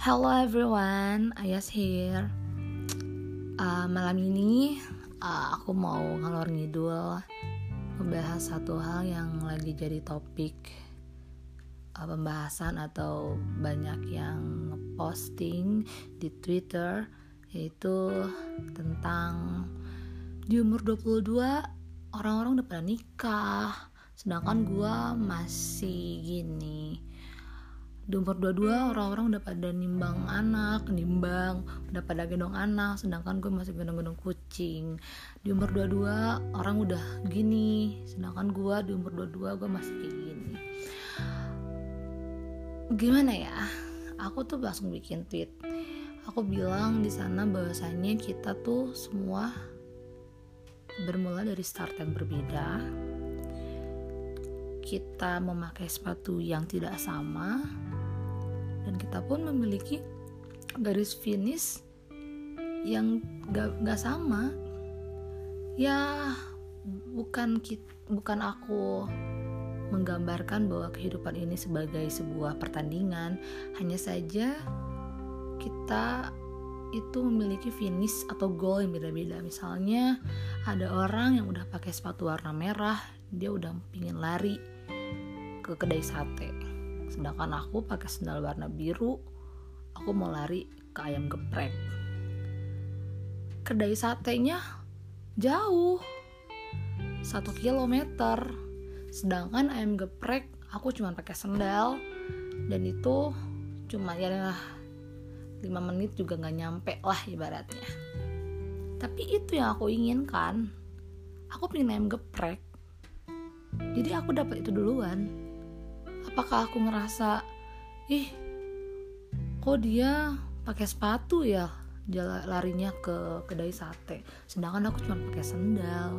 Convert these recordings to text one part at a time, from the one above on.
Hello everyone, Ayas here. Malam ini aku mau ngalor ngidul membahas satu hal yang lagi jadi topik pembahasan atau banyak yang ngeposting di Twitter, yaitu tentang di umur 22 orang-orang udah pada nikah, sedangkan gua masih gini. Di umur 22 orang-orang udah pada udah pada gendong anak, sedangkan gue masih gendong-gendong kucing. Di umur 22 orang udah gini, sedangkan gue di umur 22 gue masih kayak gini. Gimana ya? Aku tuh langsung bikin tweet. Aku bilang di sana bahwasanya kita tuh semua bermula dari start yang berbeda. Kita memakai sepatu yang tidak sama, dan kita pun memiliki garis finish yang gak sama. Ya, bukan aku menggambarkan bahwa kehidupan ini sebagai sebuah pertandingan. Hanya saja kita itu memiliki finish atau goal yang beda-beda. Misalnya ada orang yang udah pakai sepatu warna merah, dia udah pingin lari ke kedai sate, sedangkan aku pakai sendal warna biru, aku mau lari ke ayam geprek. Kedai satenya jauh 1 kilometer, sedangkan ayam geprek aku cuma pakai sendal, dan itu cuma 5 menit juga gak nyampe lah ibaratnya. Tapi itu yang aku inginkan. Aku pengen ayam geprek, jadi aku dapat itu duluan. Apakah aku ngerasa kok dia pakai sepatu ya larinya ke kedai sate, sedangkan aku cuma pakai sendal.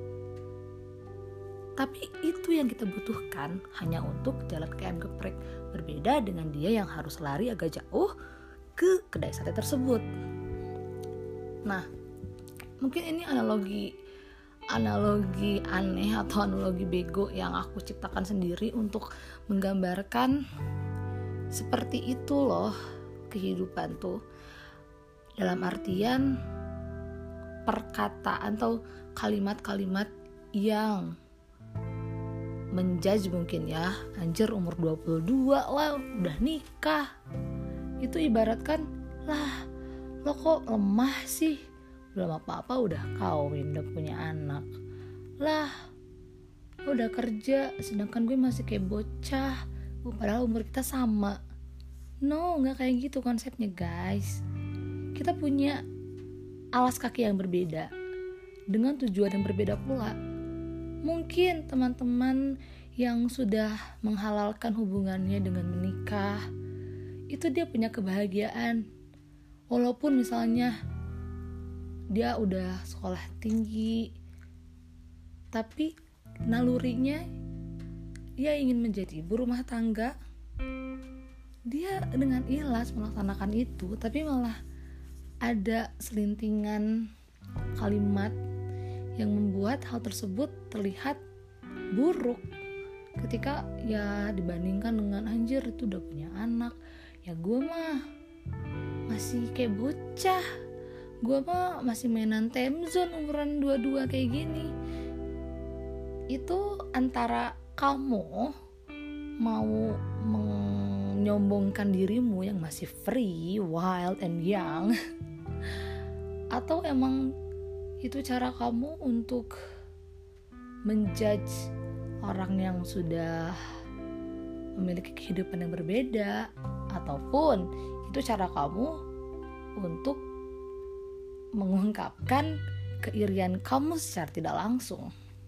Tapi itu yang kita butuhkan hanya untuk jalan ke ayam geprek, berbeda dengan dia yang harus lari agak jauh ke kedai sate tersebut. Nah, mungkin ini analogi aneh atau analogi bego yang aku ciptakan sendiri untuk menggambarkan seperti itu loh kehidupan tuh, dalam artian perkataan atau kalimat-kalimat yang menjudge mungkin ya, anjir umur 22 lah udah nikah, itu ibaratkan lah lo kok lemah sih, belum apa-apa udah kawin, udah punya anak lah, udah kerja, sedangkan gue masih kayak bocah, padahal umur kita sama. No, gak kayak gitu konsepnya guys. Kita punya alas kaki yang berbeda, dengan tujuan yang berbeda pula. Mungkin teman-teman yang sudah menghalalkan hubungannya dengan menikah, itu dia punya kebahagiaan, walaupun misalnya dia udah sekolah tinggi, tapi nalurinya dia ingin menjadi ibu rumah tangga. Dia dengan ikhlas melaksanakan itu, tapi malah ada selintingan kalimat yang membuat hal tersebut terlihat buruk ketika ya dibandingkan dengan anjir itu udah punya anak, ya gue mah masih kayak bocah, gue mah masih mainan Temzone umuran 22 kayak gini. Itu antara kamu mau menyombongkan dirimu yang masih free, wild and young, atau emang itu cara kamu untuk menjudge orang yang sudah memiliki kehidupan yang berbeda, ataupun itu cara kamu untuk mengungkapkan keirian kamu secara tidak langsung.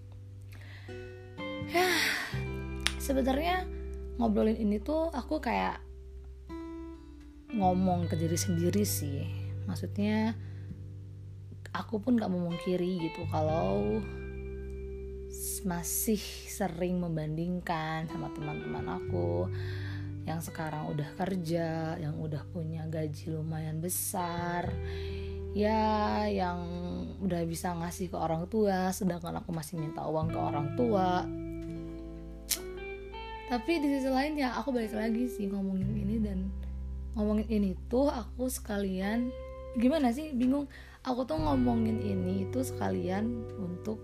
Ya, sebenarnya ngobrolin ini tuh aku kayak ngomong ke diri sendiri sih. Maksudnya aku pun gak memungkiri gitu kalau masih sering membandingkan sama teman-teman aku yang sekarang udah kerja, yang udah punya gaji lumayan besar, ya yang udah bisa ngasih ke orang tua, sedangkan aku masih minta uang ke orang tua. Tapi di sisi lain ya aku balik lagi sih ngomongin ini, dan ngomongin ini tuh aku sekalian gimana sih, bingung. Aku tuh ngomongin ini itu sekalian untuk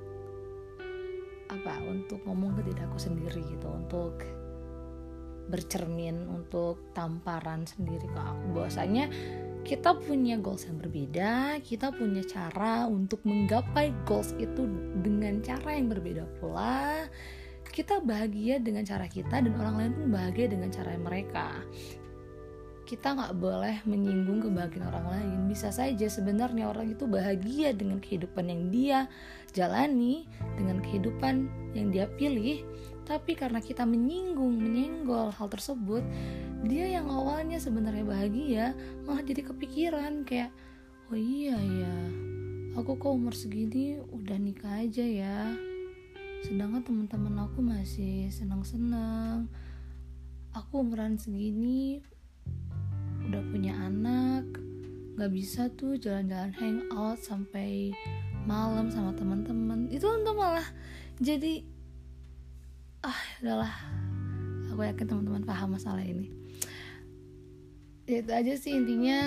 apa? Untuk ngomong ke diri aku sendiri gitu, untuk bercermin, untuk tamparan sendiri ke aku bahwasanya kita punya goals yang berbeda, kita punya cara untuk menggapai goals itu dengan cara yang berbeda pula. Kita bahagia dengan cara kita dan orang lain pun bahagia dengan cara mereka. Kita gak boleh menyinggung kebahagiaan orang lain. Bisa saja sebenarnya orang itu bahagia dengan kehidupan yang dia jalani, dengan kehidupan yang dia pilih, tapi karena kita menyenggol hal tersebut, dia yang awalnya sebenarnya bahagia malah jadi kepikiran kayak, oh iya ya, aku kok umur segini udah nikah aja ya, sedangkan teman-teman aku masih senang-senang. Aku umuran segini udah punya anak, gak bisa tuh jalan-jalan hangout sampai malam sama teman-teman. Itu untuk malah jadi udahlah, aku yakin teman-teman paham masalah ini. Itu aja sih intinya.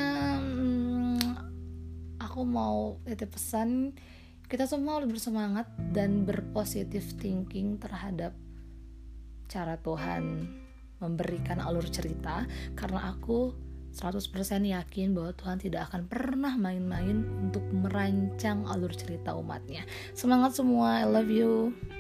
Aku mau titip pesan, kita semua harus bersemangat dan berpositif thinking terhadap cara Tuhan memberikan alur cerita, karena aku 100% yakin bahwa Tuhan tidak akan pernah main-main untuk merancang alur cerita umatnya. Semangat semua, I love you.